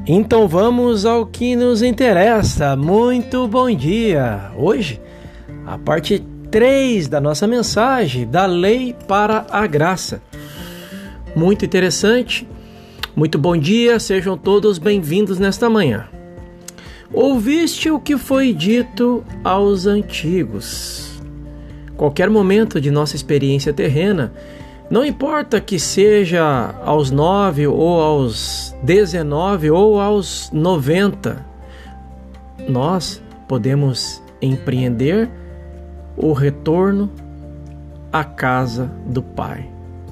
Então vamos ao que nos interessa. Muito bom dia! Hoje, a parte 3 da nossa mensagem, da lei para a graça. Muito interessante, muito bom dia, sejam todos bem-vindos nesta manhã. Ouviste o que foi dito aos antigos. Qualquer momento de nossa experiência terrena, não importa que seja aos 9 ou aos 19 ou aos 90, nós podemos empreender o retorno à casa do Pai.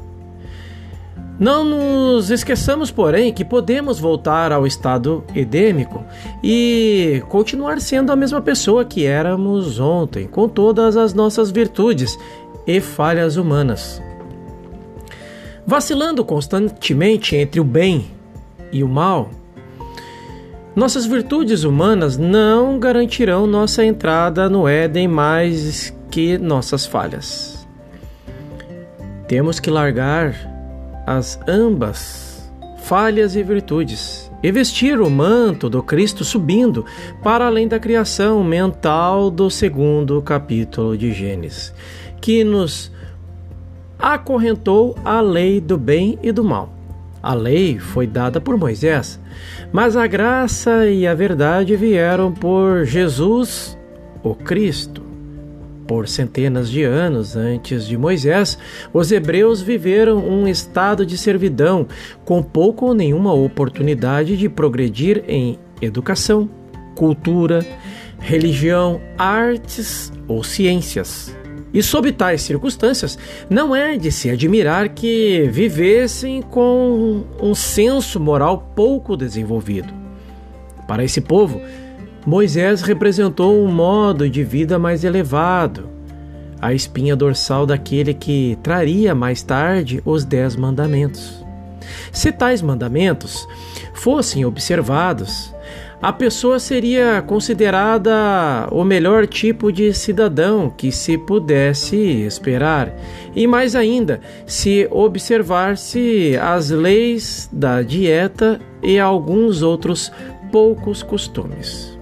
Não nos esqueçamos, porém, que podemos voltar ao estado edêmico e continuar sendo a mesma pessoa que éramos ontem, com todas as nossas virtudes e falhas humanas. Vacilando constantemente entre o bem e o mal, nossas virtudes humanas não garantirão nossa entrada no Éden mais que nossas falhas. Temos que largar as ambas falhas e virtudes e vestir o manto do Cristo subindo para além da criação mental do 2º capítulo de Gênesis, que nos acorrentou a lei do bem e do mal. A lei foi dada por Moisés, mas a graça e a verdade vieram por Jesus, o Cristo. Por centenas de anos antes de Moisés, os hebreus viveram um estado de servidão, com pouca ou nenhuma oportunidade de progredir em educação, cultura, religião, artes ou ciências. E sob tais circunstâncias, não é de se admirar que vivessem com um senso moral pouco desenvolvido. Para esse povo, Moisés representou um modo de vida mais elevado, a espinha dorsal daquele que traria mais tarde os 10 mandamentos. Se tais mandamentos fossem observados, a pessoa seria considerada o melhor tipo de cidadão que se pudesse esperar. E mais ainda, se observasse as leis da dieta e alguns outros poucos costumes.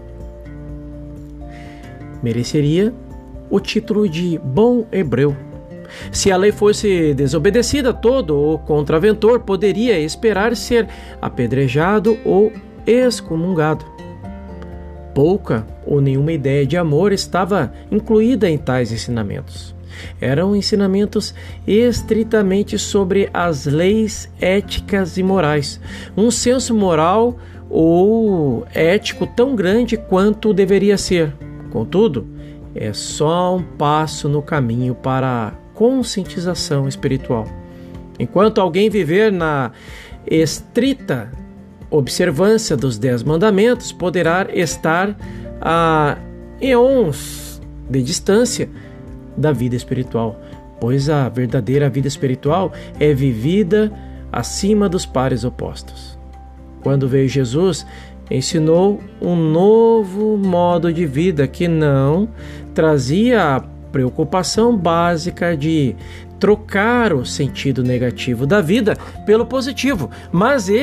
Mereceria o título de bom hebreu. Se a lei fosse desobedecida, todo o contraventor poderia esperar ser apedrejado ou excomungado. Pouca ou nenhuma ideia de amor estava incluída em tais ensinamentos. Eram ensinamentos estritamente sobre as leis éticas e morais, um senso moral ou ético tão grande quanto deveria ser. Contudo, é só um passo no caminho para a conscientização espiritual. Enquanto alguém viver na estrita observância dos 10 mandamentos, poderá estar a eons de distância da vida espiritual, pois a verdadeira vida espiritual é vivida acima dos pares opostos. Quando veio Jesus, ensinou um novo modo de vida que não trazia a preocupação básica de trocar o sentido negativo da vida pelo positivo, mas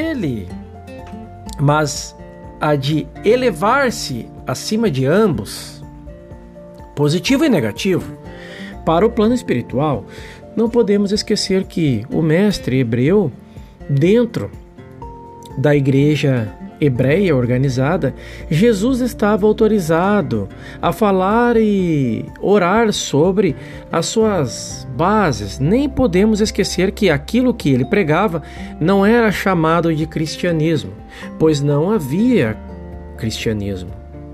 a de elevar-se acima de ambos, positivo e negativo. Para o plano espiritual, não podemos esquecer que o mestre hebreu, dentro da igreja hebreia organizada, Jesus estava autorizado a falar e orar sobre as suas bases. Nem podemos esquecer que aquilo que ele pregava não era chamado de cristianismo, pois não havia cristianismo.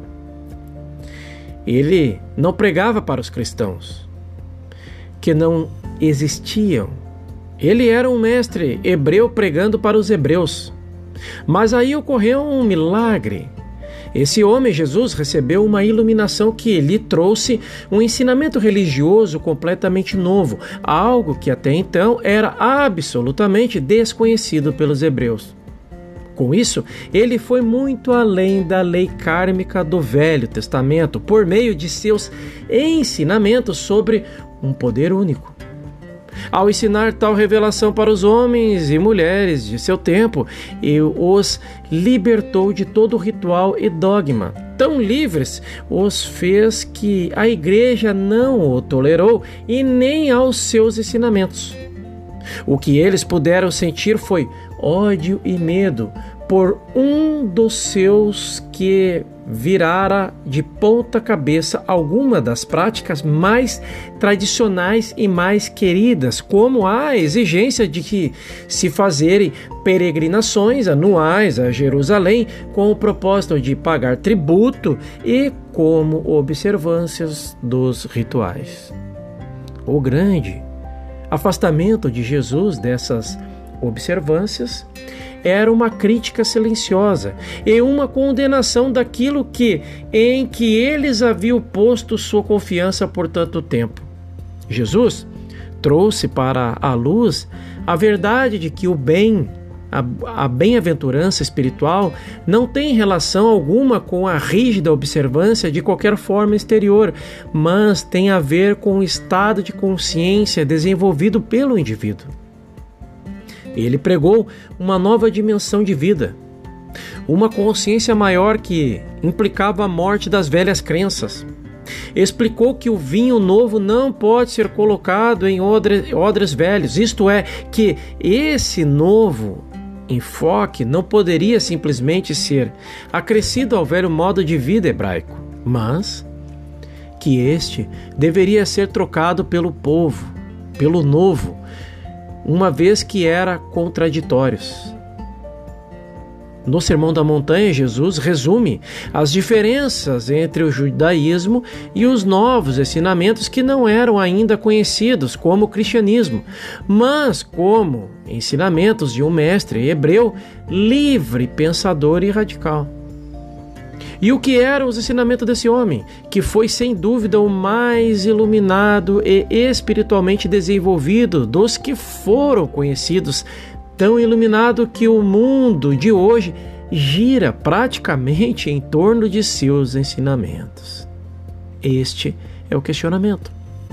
Ele não pregava para os cristãos, que não existiam. Ele era um mestre hebreu pregando para os hebreus. Mas aí ocorreu um milagre. Esse homem, Jesus, recebeu uma iluminação que lhe trouxe um ensinamento religioso completamente novo, algo que até então era absolutamente desconhecido pelos hebreus. Com isso, ele foi muito além da lei kármica do Velho Testamento, por meio de seus ensinamentos sobre um poder único. Ao ensinar tal revelação para os homens e mulheres de seu tempo, e os libertou de todo ritual e dogma. Tão livres os fez que a igreja não o tolerou e nem aos seus ensinamentos. O que eles puderam sentir foi ódio e medo por um dos seus que virara de ponta cabeça alguma das práticas mais tradicionais e mais queridas, como a exigência de que se fazerem peregrinações anuais a Jerusalém com o propósito de pagar tributo e como observâncias dos rituais. O grande afastamento de Jesus dessas observâncias era uma crítica silenciosa e uma condenação daquilo em que eles haviam posto sua confiança por tanto tempo. Jesus trouxe para a luz a verdade de que o bem, a bem-aventurança espiritual não tem relação alguma com a rígida observância de qualquer forma exterior, mas tem a ver com o estado de consciência desenvolvido pelo indivíduo. Ele pregou uma nova dimensão de vida, uma consciência maior que implicava a morte das velhas crenças. Explicou que o vinho novo não pode ser colocado em odres velhos, isto é, que esse novo enfoque não poderia simplesmente ser acrescido ao velho modo de vida hebraico, mas que este deveria ser trocado pelo novo, uma vez que era contraditórios. No Sermão da Montanha, Jesus resume as diferenças entre o judaísmo e os novos ensinamentos que não eram ainda conhecidos como cristianismo, mas como ensinamentos de um mestre hebreu livre, pensador e radical. E o que eram os ensinamentos desse homem, que foi sem dúvida o mais iluminado e espiritualmente desenvolvido dos que foram conhecidos, tão iluminado que o mundo de hoje gira praticamente em torno de seus ensinamentos? Este é o questionamento.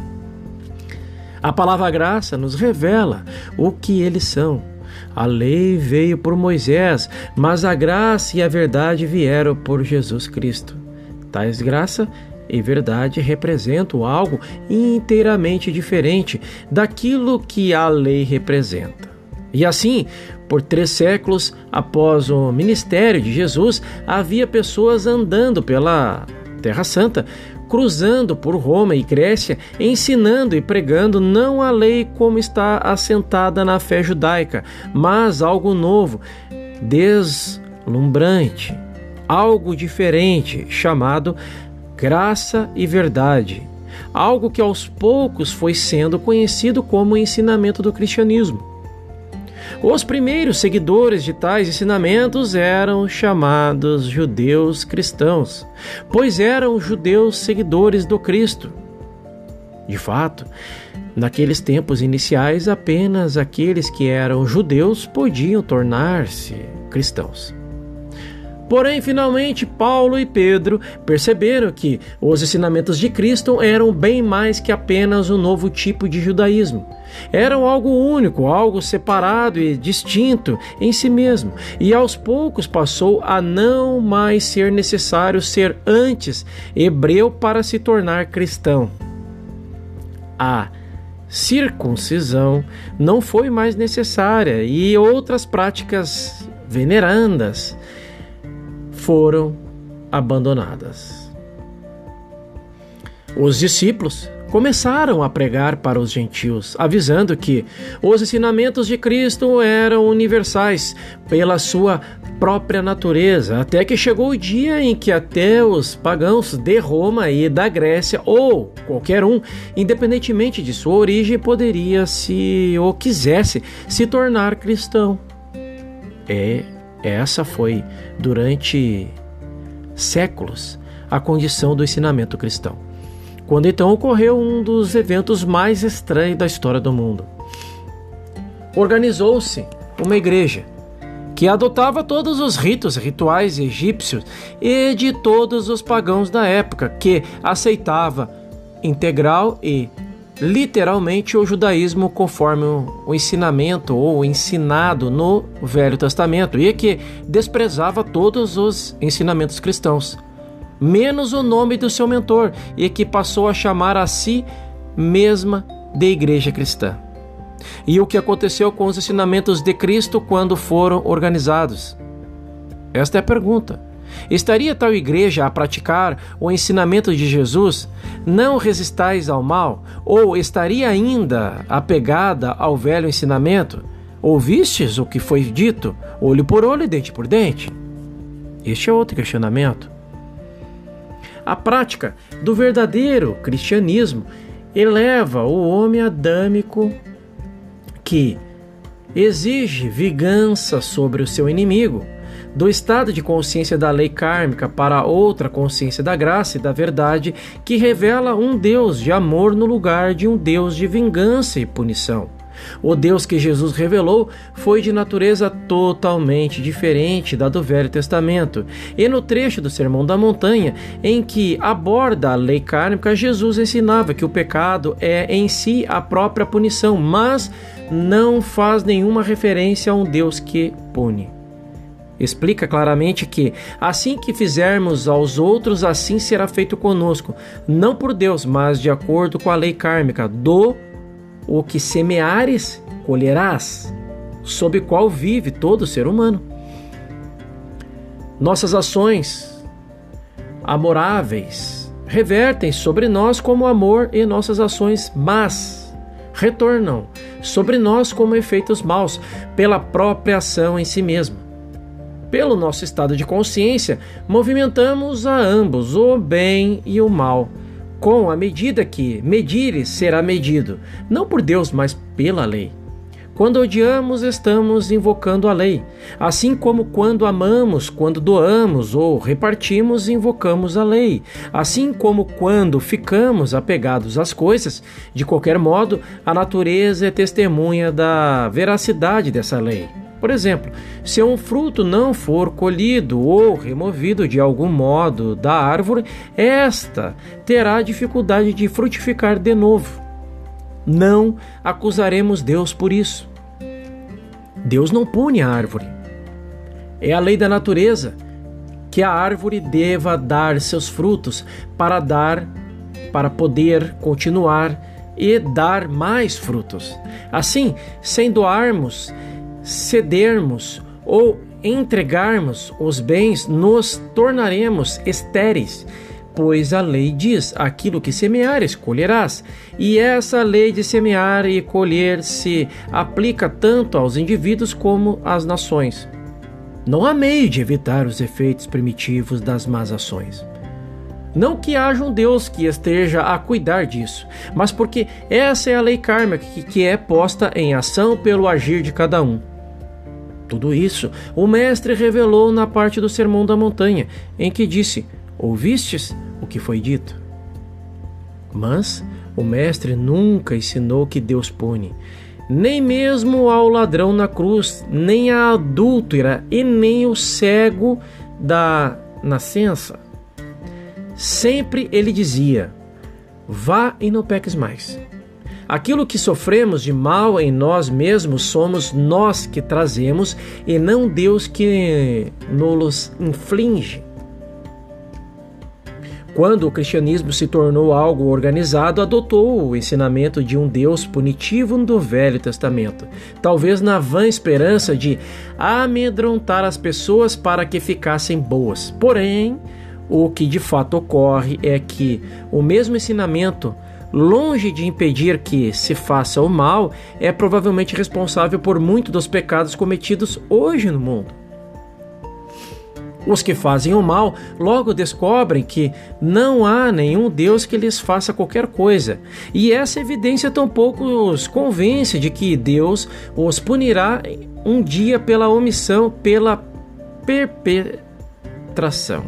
A palavra graça nos revela o que eles são. A lei veio por Moisés, mas a graça e a verdade vieram por Jesus Cristo. Tais graça e verdade representam algo inteiramente diferente daquilo que a lei representa. E assim, por 3 séculos após o ministério de Jesus, havia pessoas andando pela Terra Santa, cruzando por Roma e Grécia, ensinando e pregando não a lei como está assentada na fé judaica, mas algo novo, deslumbrante, algo diferente, chamado graça e verdade, algo que aos poucos foi sendo conhecido como o ensinamento do cristianismo. Os primeiros seguidores de tais ensinamentos eram chamados judeus cristãos, pois eram judeus seguidores do Cristo. De fato, naqueles tempos iniciais, apenas aqueles que eram judeus podiam tornar-se cristãos. Porém, finalmente, Paulo e Pedro perceberam que os ensinamentos de Cristo eram bem mais que apenas um novo tipo de judaísmo. Eram algo único, algo separado e distinto em si mesmo. E aos poucos passou a não mais ser necessário ser antes hebreu para se tornar cristão. A circuncisão não foi mais necessária e outras práticas venerandas foram abandonadas. Os discípulos começaram a pregar para os gentios, avisando que os ensinamentos de Cristo eram universais pela sua própria natureza, até que chegou o dia em que até os pagãos de Roma e da Grécia, ou qualquer um, independentemente de sua origem, poderia, se o quisesse, se tornar cristão. Essa foi, durante séculos, a condição do ensinamento cristão. Quando então ocorreu um dos eventos mais estranhos da história do mundo. Organizou-se uma igreja que adotava todos os rituais egípcios e de todos os pagãos da época, que aceitava integral e literalmente o judaísmo conforme o ensinamento ou o ensinado no Velho Testamento, e que desprezava todos os ensinamentos cristãos, menos o nome do seu mentor, e que passou a chamar a si mesma de Igreja Cristã. E o que aconteceu com os ensinamentos de Cristo quando foram organizados? Esta é a pergunta. Estaria tal igreja a praticar o ensinamento de Jesus, não resistais ao mal, ou estaria ainda apegada ao velho ensinamento, ouvistes o que foi dito, olho por olho e dente por dente? Este é outro questionamento. A prática do verdadeiro cristianismo eleva o homem adâmico que exige vingança sobre o seu inimigo, do estado de consciência da lei kármica para outra consciência da graça e da verdade, que revela um Deus de amor no lugar de um Deus de vingança e punição. O Deus que Jesus revelou foi de natureza totalmente diferente da do Velho Testamento. E no trecho do Sermão da Montanha, em que aborda a lei kármica, Jesus ensinava que o pecado é em si a própria punição, mas não faz nenhuma referência a um Deus que pune. Explica claramente que, assim que fizermos aos outros, assim será feito conosco, não por Deus, mas de acordo com a lei kármica, do o que semeares, colherás, sob o qual vive todo ser humano. Nossas ações amoráveis revertem sobre nós como amor, e nossas ações más retornam sobre nós como efeitos maus, pela própria ação em si mesma. Pelo nosso estado de consciência, movimentamos a ambos, o bem e o mal, com a medida que medires será medido, não por Deus, mas pela lei. Quando odiamos, estamos invocando a lei, assim como quando amamos, quando doamos ou repartimos, invocamos a lei, assim como quando ficamos apegados às coisas. De qualquer modo, a natureza é testemunha da veracidade dessa lei. Por exemplo, se um fruto não for colhido ou removido de algum modo da árvore, esta terá dificuldade de frutificar de novo. Não acusaremos Deus por isso. Deus não pune a árvore. É a lei da natureza que a árvore deva dar seus frutos para poder continuar e dar mais frutos. Assim, sem doarmos, cedermos ou entregarmos os bens, nos tornaremos estéreis, pois a lei diz: aquilo que semeares, colherás. E essa lei de semear e colher se aplica tanto aos indivíduos como às nações. Não há meio de evitar os efeitos primitivos das más ações. Não que haja um Deus que esteja a cuidar disso, mas porque essa é a lei kármica que é posta em ação pelo agir de cada um. Tudo isso o Mestre revelou na parte do Sermão da Montanha, em que disse: ouvistes o que foi dito? Mas o Mestre nunca ensinou que Deus pune, nem mesmo ao ladrão na cruz, nem à adúltera e nem o cego da nascença. Sempre ele dizia: vá e não peques mais. Aquilo que sofremos de mal em nós mesmos somos nós que trazemos, e não Deus que nos inflige. Quando o cristianismo se tornou algo organizado, adotou o ensinamento de um Deus punitivo do Velho Testamento, talvez na vã esperança de amedrontar as pessoas para que ficassem boas. Porém, o que de fato ocorre é que o mesmo ensinamento, longe de impedir que se faça o mal, é provavelmente responsável por muitos dos pecados cometidos hoje no mundo. Os que fazem o mal logo descobrem que não há nenhum Deus que lhes faça qualquer coisa, e essa evidência tampouco os convence de que Deus os punirá um dia pela omissão, pela perpetração.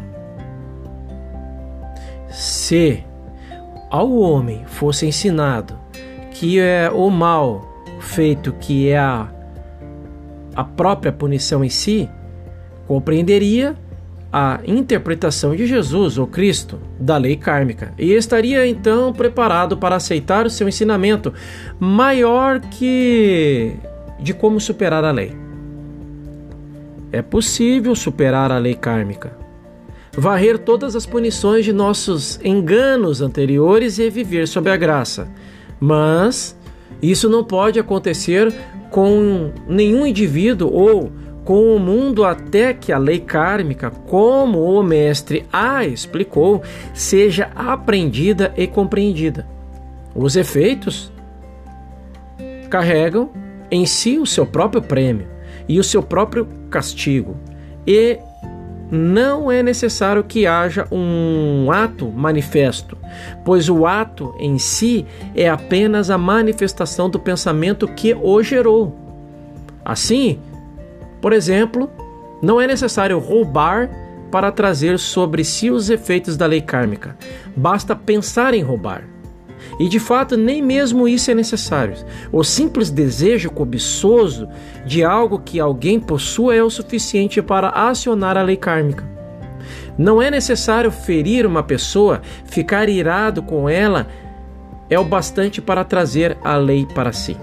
Se ao homem fosse ensinado que é o mal feito, que é a própria punição em si, compreenderia a interpretação de Jesus, ou Cristo, da lei kármica, e estaria então preparado para aceitar o seu ensinamento maior que de como superar a lei. É possível superar a lei kármica, varrer todas as punições de nossos enganos anteriores e viver sob a graça. Mas isso não pode acontecer com nenhum indivíduo ou com o mundo até que a lei kármica, como o mestre a explicou, seja aprendida e compreendida. Os efeitos carregam em si o seu próprio prêmio e o seu próprio castigo, e não é necessário que haja um ato manifesto, pois o ato em si é apenas a manifestação do pensamento que o gerou. Assim, por exemplo, não é necessário roubar para trazer sobre si os efeitos da lei kármica. Basta pensar em roubar. E de fato, nem mesmo isso é necessário. O simples desejo cobiçoso de algo que alguém possua é o suficiente para acionar a lei kármica. Não é necessário ferir uma pessoa, ficar irado com ela é o bastante para trazer a lei para si.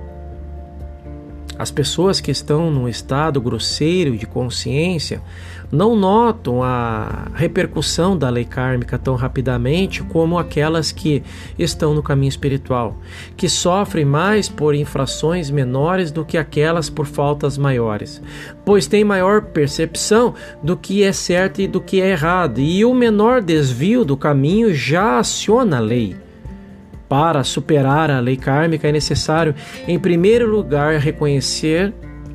As pessoas que estão num estado grosseiro de consciência não notam a repercussão da lei kármica tão rapidamente como aquelas que estão no caminho espiritual, que sofrem mais por infrações menores do que aquelas por faltas maiores, pois têm maior percepção do que é certo e do que é errado, e o menor desvio do caminho já aciona a lei. Para superar a lei kármica é necessário, em primeiro lugar, reconhecer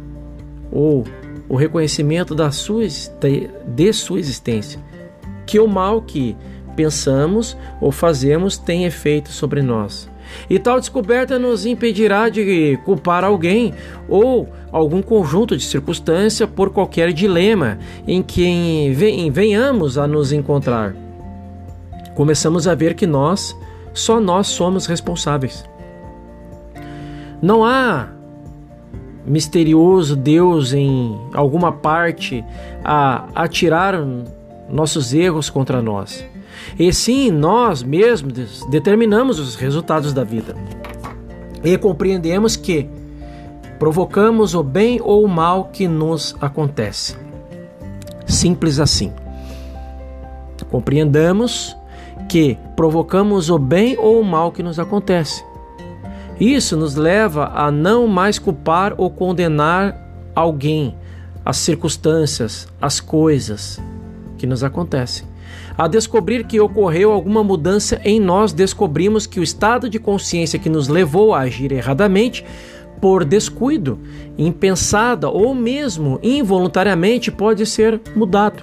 o reconhecimento de sua existência, que o mal que pensamos ou fazemos tem efeito sobre nós. E tal descoberta nos impedirá de culpar alguém ou algum conjunto de circunstâncias por qualquer dilema em que venhamos a nos encontrar. Começamos a ver que só nós somos responsáveis. Não há misterioso Deus em alguma parte a atirar nossos erros contra nós. E sim, nós mesmos determinamos os resultados da vida. E compreendemos que provocamos o bem ou o mal que nos acontece. Simples assim. Compreendamos que provocamos o bem ou o mal que nos acontece. Isso nos leva a não mais culpar ou condenar alguém, as circunstâncias, as coisas que nos acontecem. A descobrir que ocorreu alguma mudança em nós, descobrimos que o estado de consciência que nos levou a agir erradamente, por descuido, impensada ou mesmo involuntariamente, pode ser mudado.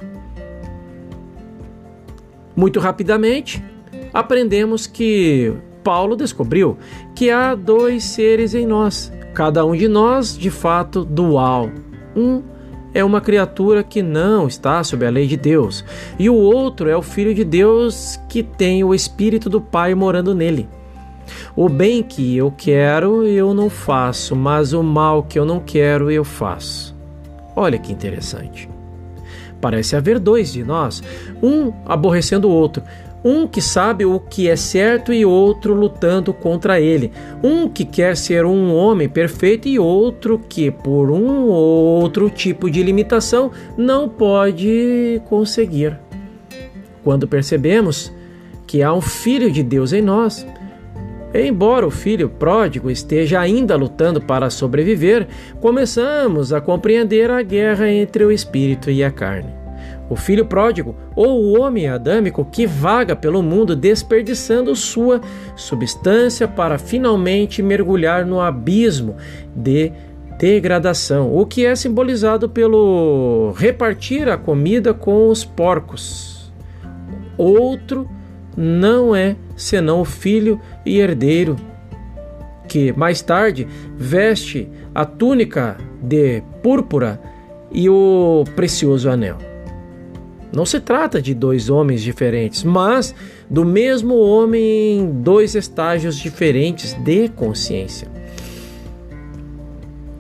Muito rapidamente, aprendemos que Paulo descobriu que há dois seres em nós, cada um de nós de fato dual. Um é uma criatura que não está sob a lei de Deus, e o outro é o Filho de Deus que tem o Espírito do Pai morando nele. O bem que eu quero eu não faço, mas o mal que eu não quero eu faço. Olha que interessante. Parece haver dois de nós, um aborrecendo o outro, um que sabe o que é certo e outro lutando contra ele, um que quer ser um homem perfeito e outro que, por um ou outro tipo de limitação, não pode conseguir. Quando percebemos que há um Filho de Deus em nós, embora o filho pródigo esteja ainda lutando para sobreviver, começamos a compreender a guerra entre o espírito e a carne. O filho pródigo, ou o homem adâmico que vaga pelo mundo desperdiçando sua substância para finalmente mergulhar no abismo de degradação, o que é simbolizado pelo repartir a comida com os porcos. Outro não é senão o filho e herdeiro, que mais tarde veste a túnica de púrpura e o precioso anel. Não se trata de dois homens diferentes, mas do mesmo homem em dois estágios diferentes de consciência.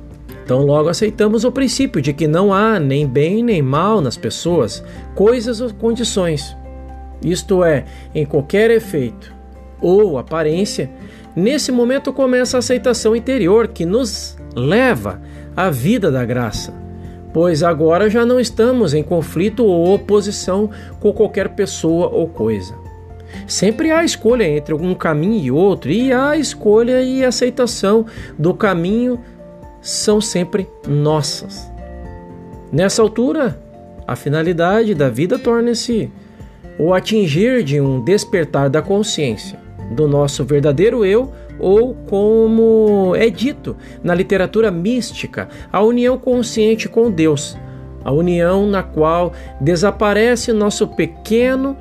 Então logo aceitamos o princípio de que não há nem bem nem mal nas pessoas, coisas ou condições. Isto é, em qualquer efeito ou aparência, nesse momento começa a aceitação interior que nos leva à vida da graça, pois agora já não estamos em conflito ou oposição com qualquer pessoa ou coisa. Sempre há escolha entre um caminho e outro, e a escolha e a aceitação do caminho são sempre nossas. Nessa altura, a finalidade da vida torna-se o atingir de um despertar da consciência, do nosso verdadeiro eu, ou como é dito na literatura mística, a união consciente com Deus, a união na qual desaparece nosso pequeno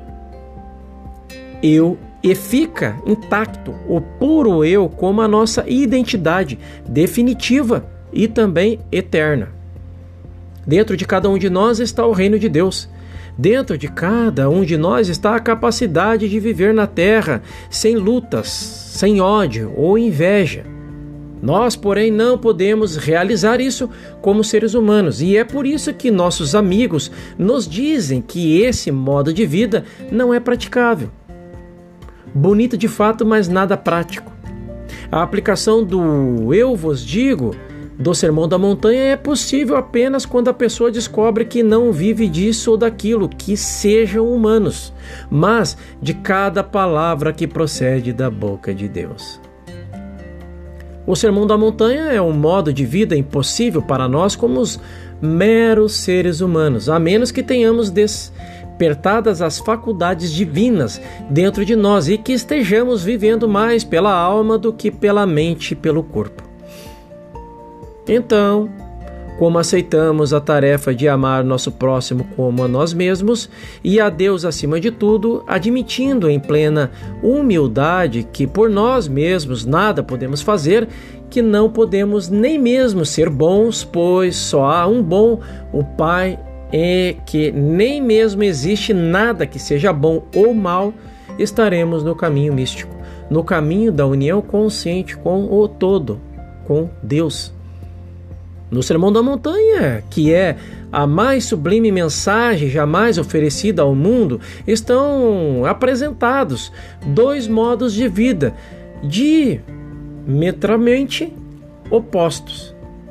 eu e fica intacto o puro eu como a nossa identidade definitiva e também eterna. Dentro de cada um de nós está o reino de Deus. Dentro de cada um de nós está a capacidade de viver na terra sem lutas, sem ódio ou inveja. Nós, porém, não podemos realizar isso como seres humanos, e é por isso que nossos amigos nos dizem que esse modo de vida não é praticável. Bonito de fato, mas nada prático. A aplicação do eu vos digo do Sermão da Montanha é possível apenas quando a pessoa descobre que não vive disso ou daquilo, que sejam humanos, mas de cada palavra que procede da boca de Deus. O Sermão da Montanha é um modo de vida impossível para nós como os meros seres humanos, a menos que tenhamos despertadas as faculdades divinas dentro de nós e que estejamos vivendo mais pela alma do que pela mente e pelo corpo. Então, como aceitamos a tarefa de amar nosso próximo como a nós mesmos e a Deus acima de tudo, admitindo em plena humildade que por nós mesmos nada podemos fazer, que não podemos nem mesmo ser bons, pois só há um bom, o Pai, e que nem mesmo existe nada que seja bom ou mal, estaremos no caminho místico, no caminho da união consciente com o todo, com Deus. No Sermão da Montanha, que é a mais sublime mensagem jamais oferecida ao mundo, estão apresentados dois modos de vida diametralmente opostos.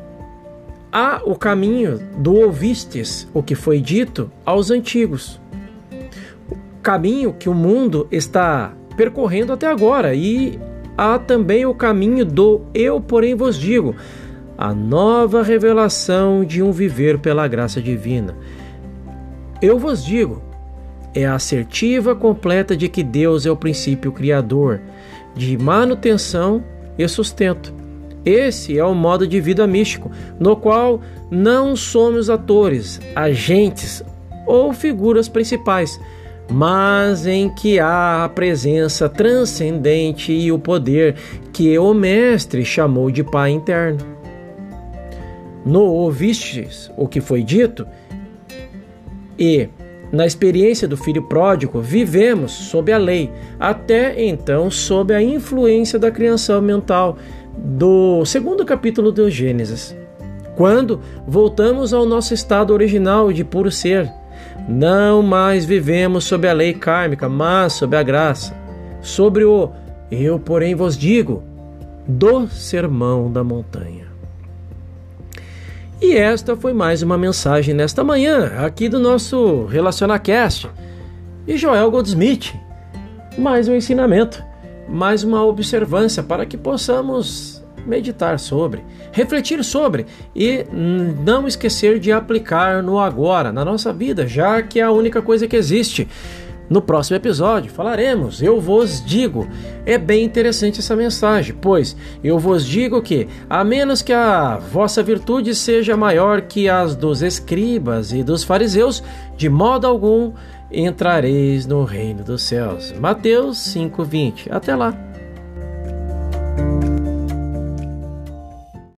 Há o caminho do ouvistes o que foi dito aos antigos, o caminho que o mundo está percorrendo até agora, e há também o caminho do eu, porém, vos digo, a nova revelação de um viver pela graça divina. Eu vos digo, é a assertiva completa de que Deus é o princípio criador, de manutenção e sustento. Esse é o modo de vida místico, no qual não somos atores, agentes ou figuras principais, mas em que há a presença transcendente e o poder que o Mestre chamou de Pai interno. No ouvistes o que foi dito, e na experiência do filho pródigo vivemos sob a lei, até então sob a influência da criação mental do 2º capítulo do Gênesis. Quando voltamos ao nosso estado original de puro ser, não mais vivemos sob a lei kármica, mas sob a graça, sobre o eu, porém, vos digo, do Sermão da Montanha. E esta foi mais uma mensagem nesta manhã, aqui do nosso RelacionaCast. E Joel Goldsmith, mais um ensinamento, mais uma observância para que possamos meditar sobre, refletir sobre e não esquecer de aplicar no agora, na nossa vida, já que é a única coisa que existe. No próximo episódio falaremos, eu vos digo. É bem interessante essa mensagem, pois eu vos digo que, a menos que a vossa virtude seja maior que as dos escribas e dos fariseus, de modo algum entrareis no reino dos céus. Mateus 5:20. Até lá!